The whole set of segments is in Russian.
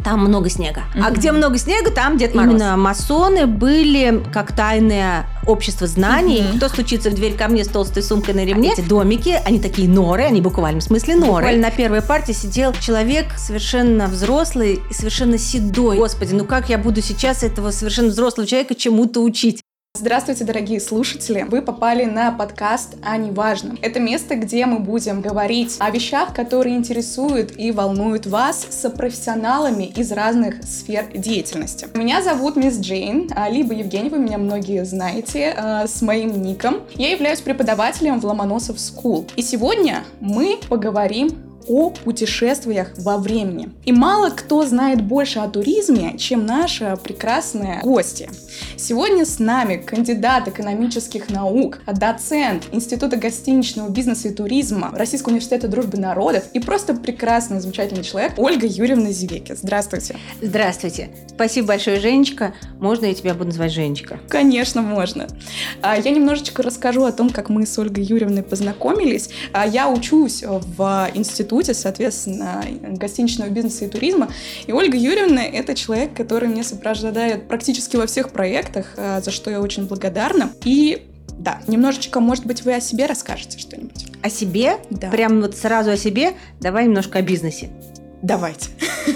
там много снега. А где много снега, там Дед Мороз. Именно масоны были как тайное общество знаний. Кто стучится в дверь ко мне с толстой сумкой на ремне? Эти домики, они такие норы, они в буквальном смысле норы. Буквально на первой партии сидел человек совершенно взрослый и совершенно седой. Господи, ну как я буду сейчас этого совершенно взрослого человека чему-то учить? Здравствуйте, дорогие слушатели! Вы попали на подкаст «О неважном». Это место, где мы будем говорить о вещах, которые интересуют и волнуют вас с профессионалами из разных сфер деятельности. Меня зовут мисс Джейн, либо Евгений, вы меня многие знаете, с моим ником. Я являюсь преподавателем в Ломоносов School. И сегодня мы поговорим о путешествиях во времени. И мало кто знает больше о туризме, чем наши прекрасные гости. Сегодня с нами кандидат экономических наук, доцент Института гостиничного бизнеса и туризма Российского университета дружбы народов и просто прекрасный, замечательный человек Ольга Юрьевна Зевеки. Здравствуйте. Здравствуйте. Спасибо большое, Женечка. Можно я тебя буду называть Женечка? Конечно, можно. Я немножечко расскажу о том, как мы с Ольгой Юрьевной познакомились. Я учусь в институте, соответственно, гостиничного бизнеса и туризма. И Ольга Юрьевна – это человек, который меня сопровождает практически во всех проектах, за что я очень благодарна. И да, немножечко, может быть, вы о себе расскажете что-нибудь? О себе? Да. Прям вот сразу о себе? Давай немножко о бизнесе. Давайте.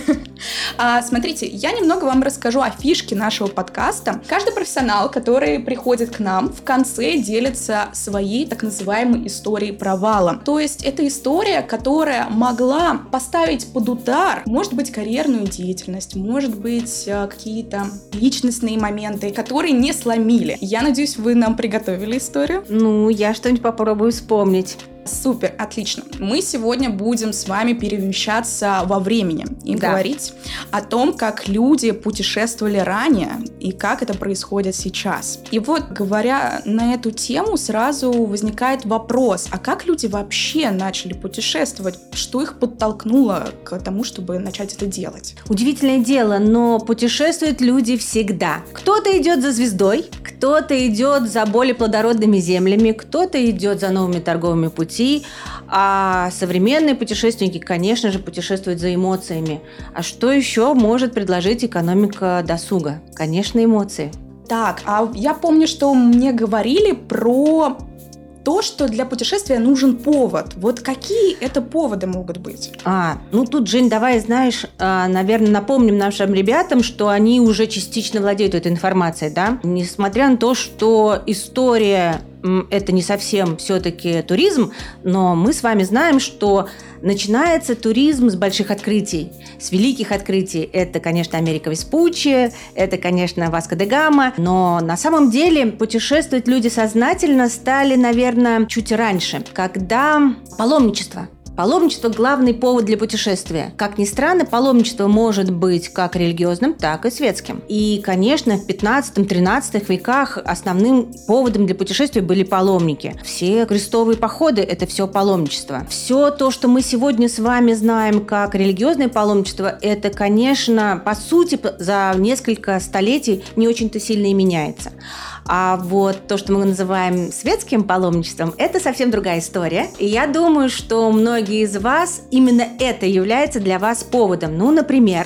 Смотрите, я немного вам расскажу о фишке нашего подкаста. Каждый профессионал, который приходит к нам, в конце делится своей так называемой историей провала. То есть это история, которая могла поставить под удар, может быть, карьерную деятельность, может быть, какие-то личностные моменты, которые не сломили. Я надеюсь, вы нам приготовили историю. Ну, я что-нибудь попробую вспомнить. Супер, отлично. Мы сегодня будем с вами перемещаться во времени и говорить о том, как люди путешествовали ранее и как это происходит сейчас. И вот, говоря на эту тему, сразу возникает вопрос, а как люди вообще начали путешествовать? Что их подтолкнуло к тому, чтобы начать это делать? Удивительное дело, но путешествуют люди всегда. Кто-то идет за звездой, кто-то идет за более плодородными землями, кто-то идет за новыми торговыми путями, а современные путешественники, конечно же, путешествуют за эмоциями. А что еще может предложить экономика досуга? Конечно, эмоции. Так, а я помню, что мне говорили про то, что для путешествия нужен повод. Вот какие это поводы могут быть? Ну тут, Жень, давай, знаешь, наверное, напомним нашим ребятам, что они уже частично владеют этой информацией, да? Несмотря на то, что история это не совсем все-таки туризм, но мы с вами знаем, что начинается туризм с больших открытий, с великих открытий. Это, конечно, Америка Веспуччи, это, конечно, Васко де Гама, но на самом деле путешествовать люди сознательно стали, наверное, чуть раньше, когда паломничество – главный повод для путешествия. Как ни странно, паломничество может быть как религиозным, так и светским. И, конечно, в 15-13 веках основным поводом для путешествия были паломники. Все крестовые походы – это все паломничество. Все то, что мы сегодня с вами знаем как религиозное паломничество, это, конечно, по сути, за несколько столетий не очень-то сильно и меняется. А вот то, что мы называем светским паломничеством, это совсем другая история. И я думаю, что многие из вас, именно это является для вас поводом. Ну, например,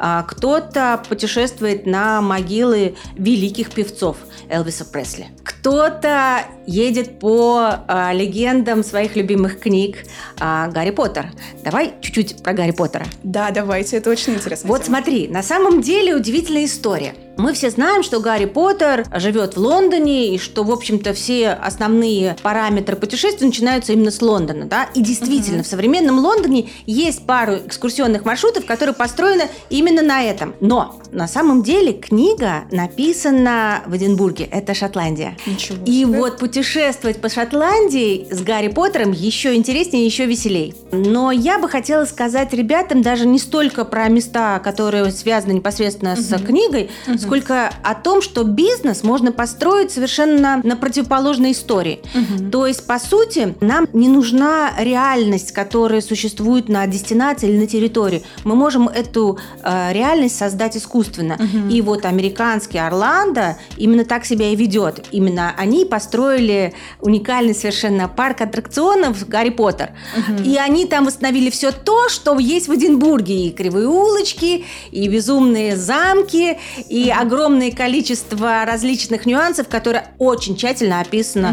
кто-то путешествует на могилы великих певцов Элвиса Пресли. Кто-то едет по легендам своих любимых книг Гарри Поттер. Давай чуть-чуть про Гарри Поттера. Да, давайте, это очень интересно. Вот смотри, на самом деле удивительная история. Мы все знаем, что Гарри Поттер живет в Лондоне, и что, в общем-то, все основные параметры путешествия начинаются именно с Лондона, да? И действительно, в современном Лондоне есть пару экскурсионных маршрутов, которые построены именно на этом. Но на самом деле книга написана в Эдинбурге, это Шотландия. Ничего себе. И вот путешествовать по Шотландии с Гарри Поттером еще интереснее, еще веселей. Но я бы хотела сказать ребятам даже не столько про места, которые связаны непосредственно с книгой, сколько о том, что бизнес можно построить совершенно на противоположной истории. То есть, по сути, нам не нужна реальность, которая существует на дестинации или на территории. Мы можем эту реальность создать искусственно. И вот американский Орландо именно так себя и ведет. Именно они построили построили уникальный совершенно парк аттракционов «Гарри Поттер». И они там восстановили все то, что есть в Эдинбурге. И кривые улочки, и безумные замки, и огромное количество различных нюансов, которые очень тщательно описано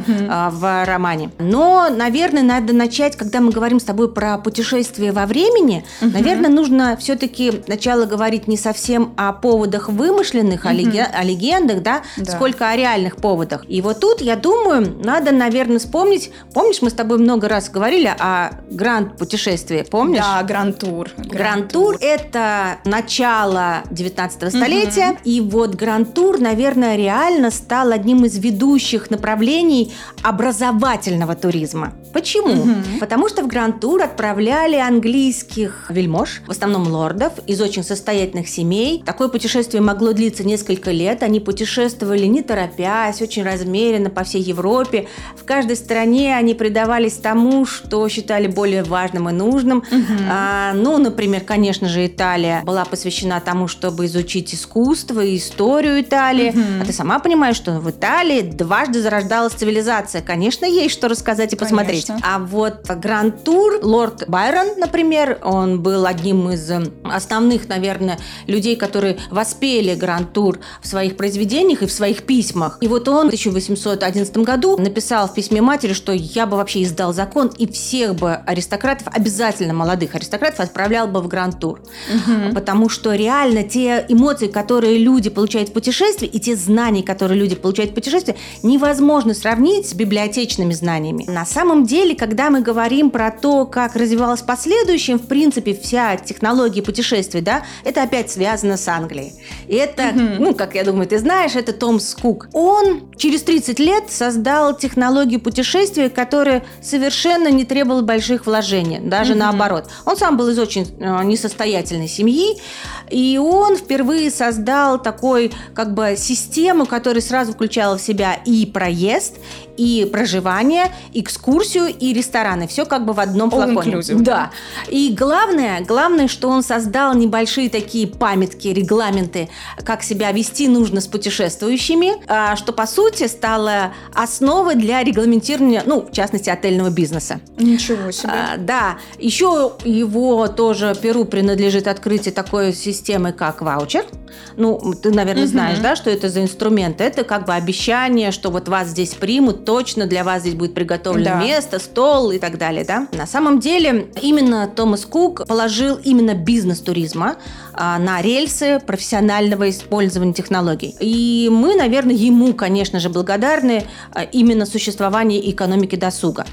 в романе. Но, наверное, надо начать, когда мы говорим с тобой про путешествие во времени, наверное, нужно все-таки сначала говорить не совсем о поводах вымышленных, о легендах, да, сколько о реальных поводах. И вот тут, я думаю, надо, наверное, вспомнить. Помнишь, мы с тобой много раз говорили о гранд-путешествии, помнишь? Да, Гранд-тур. Гранд-тур – это начало 19 столетия. И вот Гранд-тур, наверное, реально стал одним из ведущих направлений образовательного туризма. Почему? Потому что в Гранд-тур отправляли английских вельмож, в основном лордов, из очень состоятельных семей. Такое путешествие могло длиться несколько лет. Они путешествовали не торопясь, очень размеренно по всей Европе. В каждой стране они предавались тому, что считали более важным и нужным. Например, конечно же, Италия была посвящена тому, чтобы изучить искусство и историю Италии. А ты сама понимаешь, что в Италии дважды зарождалась цивилизация. Конечно, есть что рассказать и посмотреть. А вот Гранд-тур, лорд Байрон, например, он был одним из основных, наверное, людей, которые воспели Гранд-тур в своих произведениях и в своих письмах. И вот он в 1811 году написал в письме матери, что я бы вообще издал закон и всех бы аристократов, обязательно молодых аристократов, отправлял бы в Гранд-тур. Потому что реально те эмоции, которые люди получают в путешествии, и те знания, которые люди получают в путешествии, невозможно сравнить с библиотечными знаниями. На самом деле, когда мы говорим про то, как развивалась в последующем, в принципе, вся технология путешествий, да, это опять связано с Англией. И это, как я думаю, ты знаешь, это Томас Кук. Он через 30 лет создал технологию путешествия, которая совершенно не требовала больших вложений, даже наоборот. Он сам был из очень несостоятельной семьи, и он впервые создал такой, систему, которая сразу включала в себя и проезд, и проживание, экскурсию, и рестораны. Все в одном флаконе. Да. И главное, что он создал небольшие такие памятки, регламенты, как себя вести нужно с путешествующими, что, по сути, стало основой для регламентирования, в частности, отельного бизнеса. Ничего себе. Да. Еще его тоже Перу принадлежит открытие такой системы, как ваучер. Ты, наверное, знаешь, да, что это за инструмент. Это обещание, что вот вас здесь примут, точно для вас здесь будет приготовлено место, стол и так далее, да. На самом деле, именно Томас Кук положил именно бизнес туризма на рельсы профессионального использования технологий. И мы, наверное, ему, конечно же, благодарны именно существованию экономики досуга.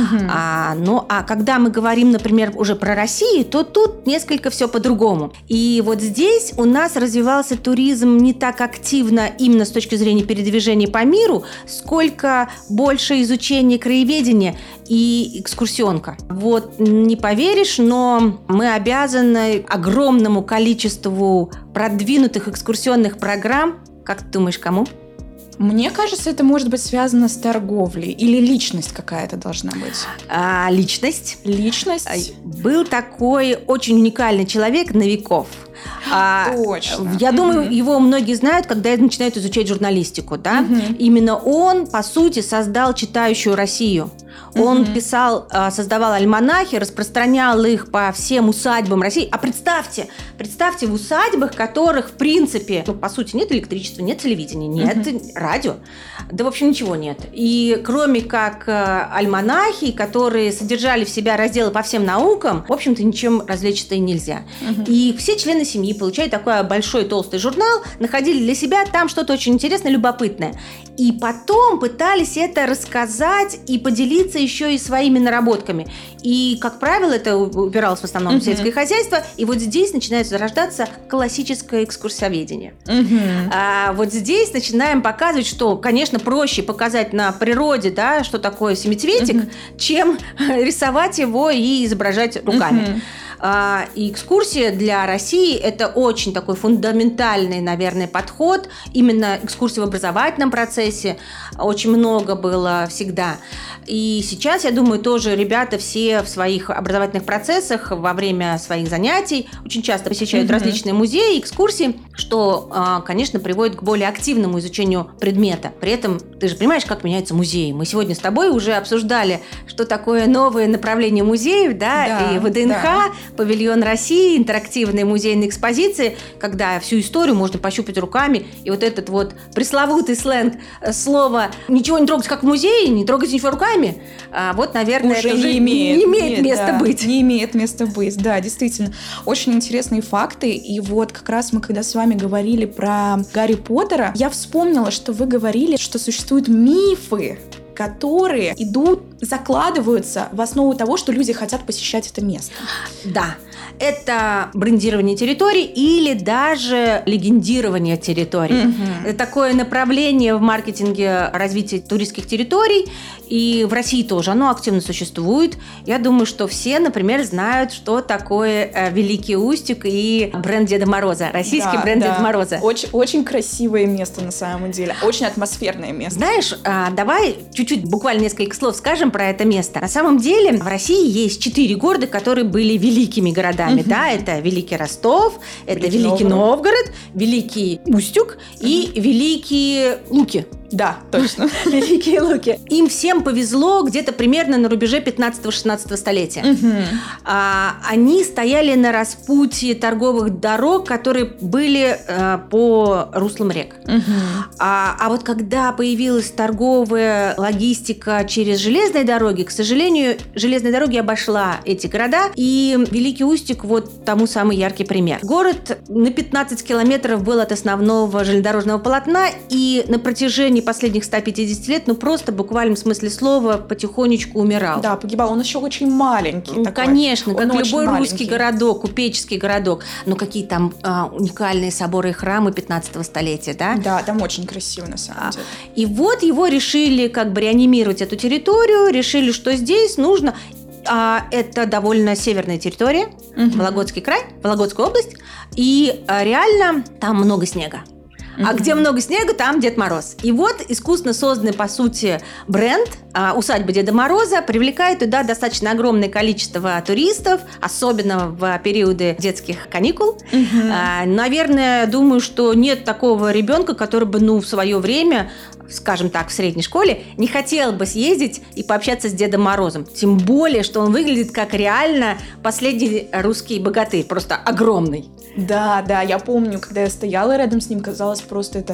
А когда мы говорим, например, уже про Россию, то тут несколько все по-другому. И вот здесь у нас развивался туризм не так активно именно с точки зрения передвижения по миру, сколько больше изучения краеведения и экскурсионка. Вот не поверишь, но мы обязаны огромному количеству продвинутых экскурсионных программ. Как ты думаешь, кому? Мне кажется, это может быть связано с торговлей. Или личность какая-то должна быть. Личность. Личность. Был такой очень уникальный человек Новиков. Точно. Я думаю, его многие знают, когда начинают изучать журналистику. Да? Именно он, по сути, создал читающую Россию. Он писал, создавал альманахи, распространял их по всем усадьбам России. А представьте, в усадьбах, которых, в принципе, по сути, нет электричества, нет телевидения, нет радио. Да, в общем, ничего нет. И кроме как альманахи, которые содержали в себя разделы по всем наукам, в общем-то, ничем развлечься и нельзя. И все члены семьи, получая такой большой толстый журнал, находили для себя там что-то очень интересное, любопытное. И потом пытались это рассказать и поделиться еще и своими наработками. И, как правило, это упиралось в основном в сельское хозяйство. И вот здесь начинает зарождаться классическое экскурсоведение. Вот здесь начинаем показывать, что, конечно, проще показать на природе, да, что такое семицветик, чем рисовать его и изображать руками. И экскурсия для России – это очень такой фундаментальный, наверное, подход. Именно экскурсия в образовательном процессе очень много было всегда. И сейчас, я думаю, тоже ребята все в своих образовательных процессах во время своих занятий очень часто посещают различные музеи, экскурсии, что, конечно, приводит к более активному изучению предмета. При этом Ты же понимаешь, как меняются музеи. Мы сегодня с тобой уже обсуждали, что такое новое направление музеев, да, и ВДНХ, Павильон России, интерактивные музейные экспозиции, когда всю историю можно пощупать руками, и вот этот вот пресловутый сленг слова «ничего не трогать, как в музее, не трогать ничего руками», вот, наверное, уже это не имеет места быть. Не имеет места быть, да, действительно. Очень интересные факты, и вот как раз мы, когда с вами говорили про Гарри Поттера, я вспомнила, что вы говорили, что существуют мифы, которые закладываются в основу того, что люди хотят посещать это место. Да. Это брендирование территорий или даже легендирование территорий. Это такое направление в маркетинге развития туристских территорий, и в России тоже оно активно существует. Я думаю, что все, например, знают, что такое Великий Устюг и бренд Деда Мороза, российский бренд Деда Мороза. Очень, очень красивое место на самом деле, очень атмосферное место. Знаешь, давай чуть-чуть, буквально несколько слов скажем про это место. На самом деле в России есть 4 города, которые были великими городами. Да, это Великий Ростов, это Великий Новгород, Великий Устюг и Великие Луки. Да, точно. Великие Луки. Им всем повезло где-то примерно на рубеже 15-16 столетия. Они стояли на распутье торговых дорог, которые были по руслам рек. А вот когда появилась торговая логистика через железные дороги, к сожалению, железные дороги обошла эти города, и Великий Устюг вот тому самый яркий пример. Город на 15 километров был от основного железнодорожного полотна, и на протяжении последних 150 лет, просто в буквальном смысле слова, потихонечку умирал. Да, погибал. Он еще очень маленький. Такой. Конечно, как любой маленький. Русский городок, купеческий городок. Но какие там уникальные соборы и храмы 15 столетия, да? Да, там очень красиво, на самом деле. И вот его решили как бы реанимировать эту территорию, решили, что здесь нужно... это довольно северная территория, Вологодский край, Вологодская область, и реально там много снега. А где много снега, там Дед Мороз. И вот искусственно созданный, по сути, бренд усадьба Деда Мороза привлекает туда достаточно огромное количество туристов, особенно в периоды детских каникул. Наверное, думаю, что нет такого ребенка, который бы, в свое время, скажем так, в средней школе, не хотел бы съездить и пообщаться с Дедом Морозом. Тем более, что он выглядит как реально последний русский богатырь, просто огромный. Да, я помню, когда я стояла рядом с ним, казалось просто это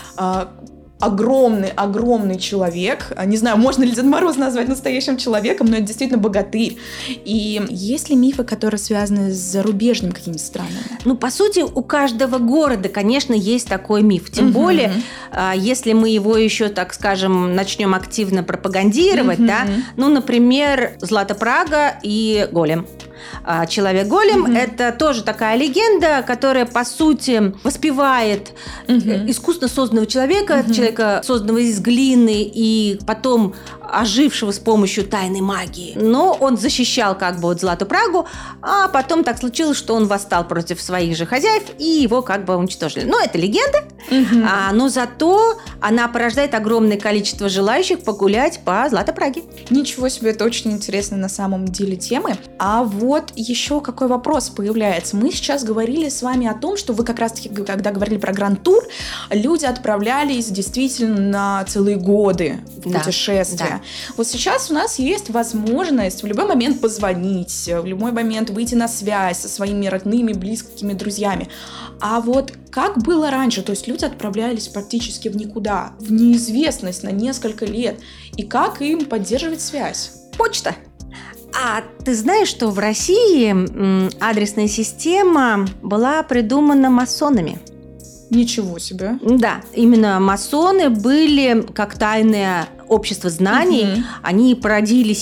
огромный человек. Не знаю, можно ли Дед Мороз назвать настоящим человеком, но это действительно богатырь. И есть ли мифы, которые связаны с зарубежными какими-то странами? По сути, у каждого города, конечно, есть такой миф. Тем более, если мы его еще, так скажем, начнем активно пропагандировать, да, например, Злата-Прага и Голем. Человек-голем – это тоже такая легенда, которая, по сути, воспевает искусственно созданного человека, человека, созданного из глины и потом ожившего с помощью тайной магии. Но он защищал как бы Злату Прагу, а потом так случилось, что он восстал против своих же хозяев, и его как бы уничтожили. Это легенда, но зато она порождает огромное количество желающих погулять по Златой Праге. Ничего себе, это очень интересно на самом деле темы. А вот еще какой вопрос появляется. Мы сейчас говорили с вами о том, что вы как раз-таки, когда говорили про гранд-тур, люди отправлялись действительно на целые годы в путешествия. Да. Вот сейчас у нас есть возможность в любой момент позвонить, в любой момент выйти на связь со своими родными, близкими, друзьями. А вот как было раньше? То есть люди отправлялись практически в никуда, в неизвестность на несколько лет. И как им поддерживать связь? Почта. А ты знаешь, что в России адресная система была придумана масонами? Ничего себе. Да, именно масоны были как тайное общество знаний. Они породили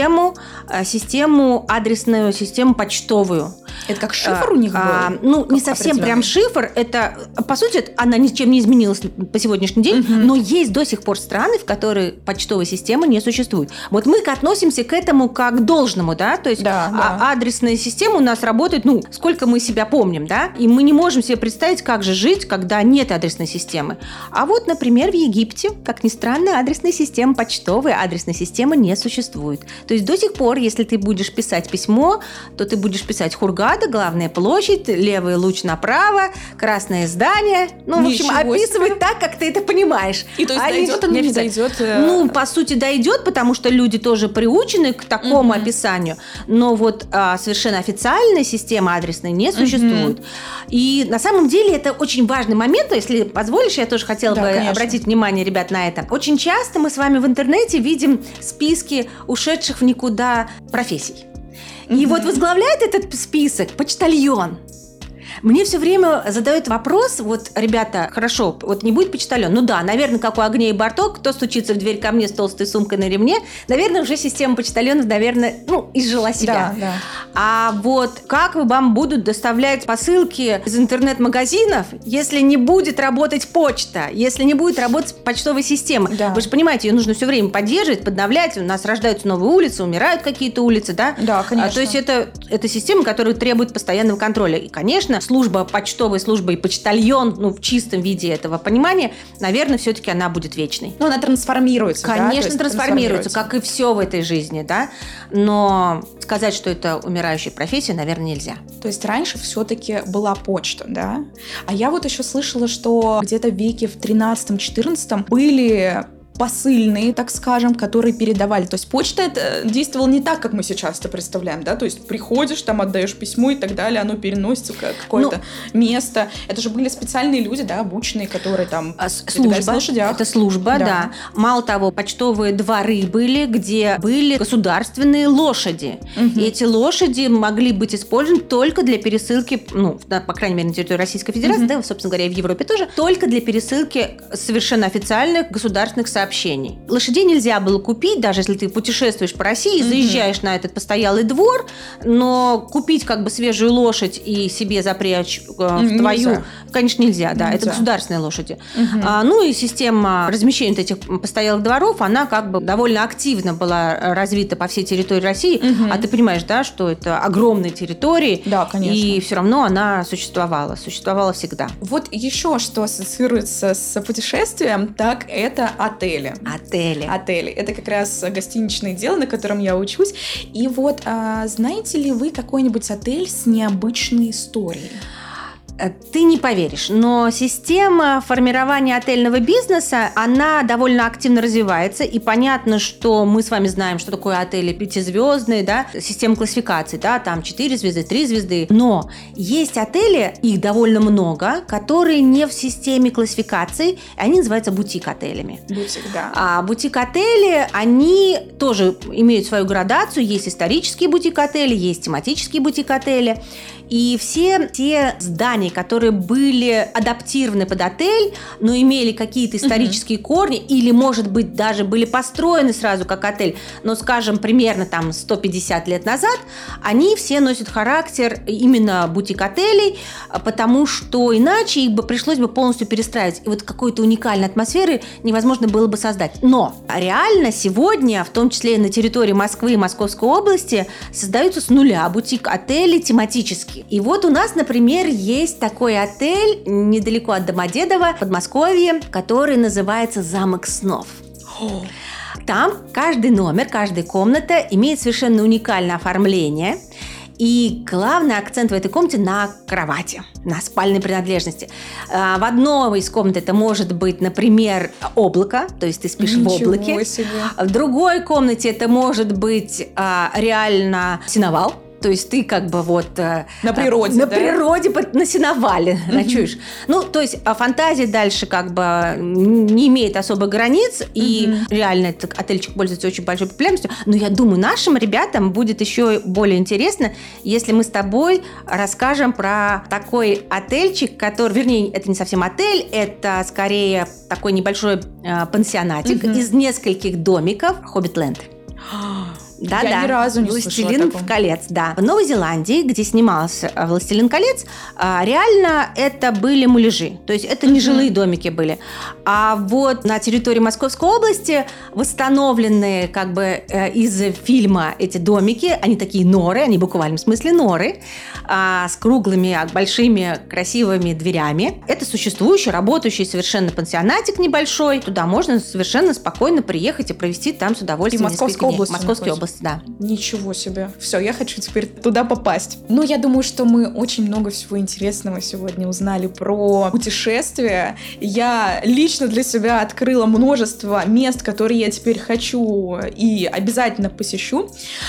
систему адресную, систему почтовую. Это как шифр у них был? Не совсем прям шифр. Это, по сути, она ничем не изменилась по сегодняшний день, но есть до сих пор страны, в которых почтовой системы не существует. Вот мы относимся к этому как к должному, да? То есть адресная система у нас работает, сколько мы себя помним, да? И мы не можем себе представить, как же жить, когда нет адресной системы. А вот, например, в Египте, как ни странно, адресная система системы почтовой, адресной системы не существует. То есть до сих пор, если ты будешь писать письмо, то ты будешь писать Хургада, главная площадь, левый луч направо, красное здание. Ну, в общем, описывать так, как ты это понимаешь. И то есть дойдет оно, не дойдет? Ну, по сути, дойдет, потому что люди тоже приучены к такому описанию. Но вот совершенно официальной системы адресной не существует. И на самом деле это очень важный момент. Если позволишь, я тоже хотела бы обратить внимание, ребят, на это. Очень часто мы с вами в интернете видим списки ушедших в никуда профессий. И вот возглавляет этот список почтальон. Мне все время задают вопрос, вот, ребята, хорошо, вот не будет почтальон. Ну да, наверное, как у Агнеи Барток, кто стучится в дверь ко мне с толстой сумкой на ремне, наверное, уже система почтальонов, наверное, изжила себя. Да. А вот как вам будут доставлять посылки из интернет-магазинов, если не будет работать почта, если не будет работать почтовая система? Да. Вы же понимаете, ее нужно все время поддерживать, подновлять. У нас рождаются новые улицы, умирают какие-то улицы, да? Да, конечно. То есть это система, которая требует постоянного контроля. И, конечно, служба, почтовая служба и почтальон, в чистом виде этого понимания, наверное, все-таки она будет вечной. Она трансформируется, конечно, трансформируется, как и все в этой жизни, да. Но сказать, что это умирающая профессия, наверное, нельзя. То есть раньше все-таки была почта, да? А я вот еще слышала, что где-то в веке в 13-14 были посыльные, так скажем, которые передавали. То есть почта это действовала не так, как мы сейчас это представляем, да? То есть приходишь, там отдаешь письмо и так далее, оно переносится в какое-то место. Это же были специальные люди, да, обученные, которые там передавались на лошадях. Это служба, да. Мало того, почтовые дворы были, где были государственные лошади. И эти лошади могли быть использованы только для пересылки, по крайней мере, на территории Российской Федерации, да, собственно говоря, и в Европе тоже, только для пересылки совершенно официальных государственных сообщений. Лошадей нельзя было купить, даже если ты путешествуешь по России и заезжаешь на этот постоялый двор, но купить как бы свежую лошадь и себе запрячь в твою, конечно, нельзя, да, это государственные лошади. И система размещения этих постоялых дворов, она как бы довольно активно была развита по всей территории России, а ты понимаешь, да, что это огромные территории, да, конечно. И все равно она существовала всегда. Вот еще что ассоциируется с путешествием, так это отели. Это как раз гостиничное дело, на котором я учусь. И вот, знаете ли вы какой-нибудь отель с необычной историей? Ты не поверишь, но система формирования отельного бизнеса, она довольно активно развивается, и понятно, что мы с вами знаем, что такое отели пятизвездные, да, система классификации, да, там 4 звезды, 3 звезды, но есть отели, их довольно много, которые не в системе классификации, они называются бутик-отелями. Бутик, да. А бутик-отели, они тоже имеют свою градацию, есть исторические бутик-отели, есть тематические бутик-отели. И все те здания, которые были адаптированы под отель, но имели какие-то исторические корни, или, может быть, даже были построены сразу как отель, но, скажем, примерно там 150 лет назад, они все носят характер именно бутик-отелей, потому что иначе их бы пришлось бы полностью перестраивать. И вот какой-то уникальной атмосферы невозможно было бы создать. Но реально сегодня, в том числе и на территории Москвы и Московской области, создаются с нуля бутик-отели тематические. И вот у нас, например, есть такой отель недалеко от Домодедово, в Подмосковье, который называется «Замок снов». Там каждый номер, каждая комната имеет совершенно уникальное оформление. И главный акцент в этой комнате на кровати, на спальной принадлежности. В одной из комнат это может быть, например, облако, то есть ты спишь в облаке. Себе. В другой комнате это может быть реально сеновал. То есть ты как бы вот на природе, на природе на сеновале ночуешь. То есть фантазия дальше как бы не имеет особых границ, и реально этот отельчик пользуется очень большой популярностью. Но я думаю, нашим ребятам будет еще более интересно, если мы с тобой расскажем про такой отельчик, который, вернее, это не совсем отель, это скорее такой небольшой пансионатик из нескольких домиков Хоббитленд. Да-да. Я ни разу не слышала о «Властелин таком. колец», да. В Новой Зеландии, где снимался «Властелин колец», реально это были муляжи. То есть это не жилые домики были. А вот на территории Московской области восстановленные как бы из фильма эти домики, они такие норы, они в буквальном смысле норы, с круглыми, большими, красивыми дверями. Это существующий, работающий совершенно пансионатик небольшой. Туда можно совершенно спокойно приехать и провести там с удовольствием несколько дней. Московской области, да. Ничего себе. Все, я хочу теперь туда попасть. Но я думаю, что мы очень много всего интересного сегодня узнали про путешествия. Я лично для себя открыла множество мест, которые я теперь хочу и обязательно посещу.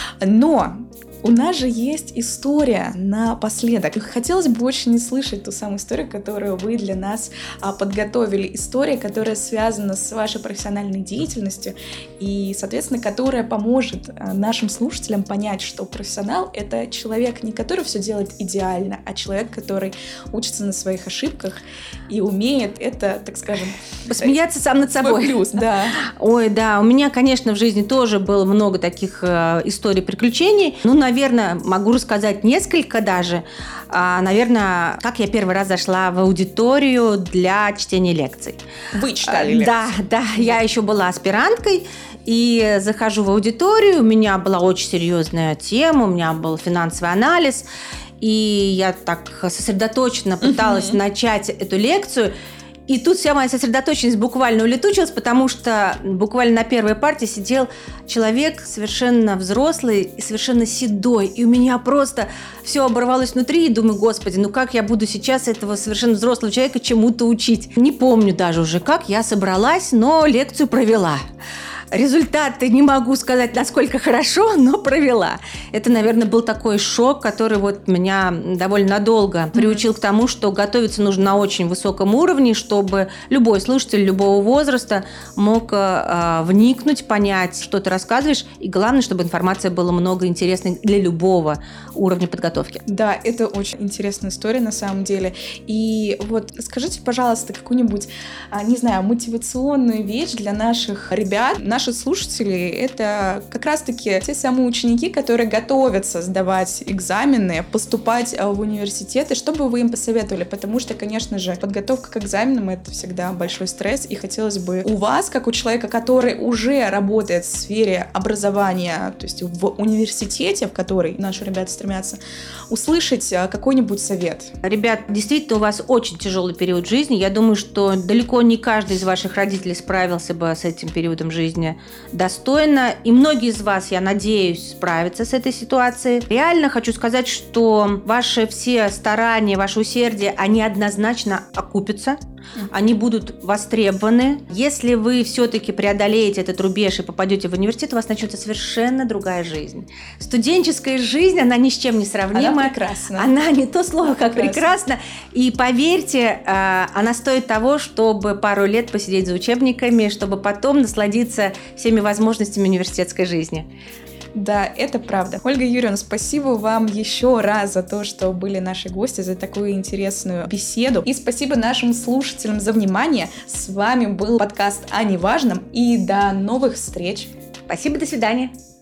Но у нас же есть история напоследок. Хотелось бы очень не слышать ту самую историю, которую вы для нас подготовили. История, которая связана с вашей профессиональной деятельностью и, соответственно, которая поможет нашим слушателям понять, что профессионал — это человек, не который все делает идеально, а человек, который учится на своих ошибках и умеет это, так скажем, посмеяться сам над собой. Плюс, да. Ой, да, у меня, конечно, в жизни тоже было много таких историй приключений. Наверное, могу рассказать несколько даже. Наверное, как я первый раз зашла в аудиторию для чтения лекций. Вы читали лекции? Да, я еще была аспиранткой. И захожу в аудиторию, у меня была очень серьезная тема, у меня был финансовый анализ. И я так сосредоточенно пыталась начать эту лекцию. И тут вся моя сосредоточенность буквально улетучилась, потому что буквально на первой партии сидел человек совершенно взрослый и совершенно седой. И у меня просто все оборвалось внутри. И думаю, господи, ну как я буду сейчас этого совершенно взрослого человека чему-то учить? Не помню даже уже, как я собралась, но лекцию провела. Результаты не могу сказать, насколько хорошо, но провела. Это, наверное, был такой шок, который вот меня довольно надолго приучил к тому, что готовиться нужно на очень высоком уровне, чтобы любой слушатель любого возраста мог вникнуть, понять, что ты рассказываешь, и главное, чтобы информация была много интересной для любого уровня подготовки. Да, это очень интересная история на самом деле. И вот скажите, пожалуйста, какую-нибудь, не знаю, мотивационную вещь для наших ребят. Наши слушатели — это как раз-таки те самые ученики, которые готовятся сдавать экзамены, поступать в университеты. Что бы вы им посоветовали? Потому что, конечно же, подготовка к экзаменам — это всегда большой стресс, и хотелось бы у вас, как у человека, который уже работает в сфере образования, то есть в университете, в который наши ребята стремятся, услышать какой-нибудь совет. Ребят, действительно, у вас очень тяжелый период жизни. Я думаю, что далеко не каждый из ваших родителей справился бы с этим периодом жизни достойно. И многие из вас, я надеюсь, справятся с этой ситуацией. Реально хочу сказать, что ваши все старания, ваше усердие, они однозначно окупятся. Они будут востребованы. Если вы все-таки преодолеете этот рубеж и попадете в университет, у вас начнется совершенно другая жизнь. Студенческая жизнь, она ни с чем не сравнима. Она прекрасна. Она не то слово, как прекрасна. И поверьте, она стоит того, чтобы пару лет посидеть за учебниками, чтобы потом насладиться всеми возможностями университетской жизни. Да, это правда. Ольга Юрьевна, спасибо вам еще раз за то, что были наши гости, за такую интересную беседу. И спасибо нашим слушателям за внимание. С вами был подкаст «О неважном». И до новых встреч. Спасибо, до свидания.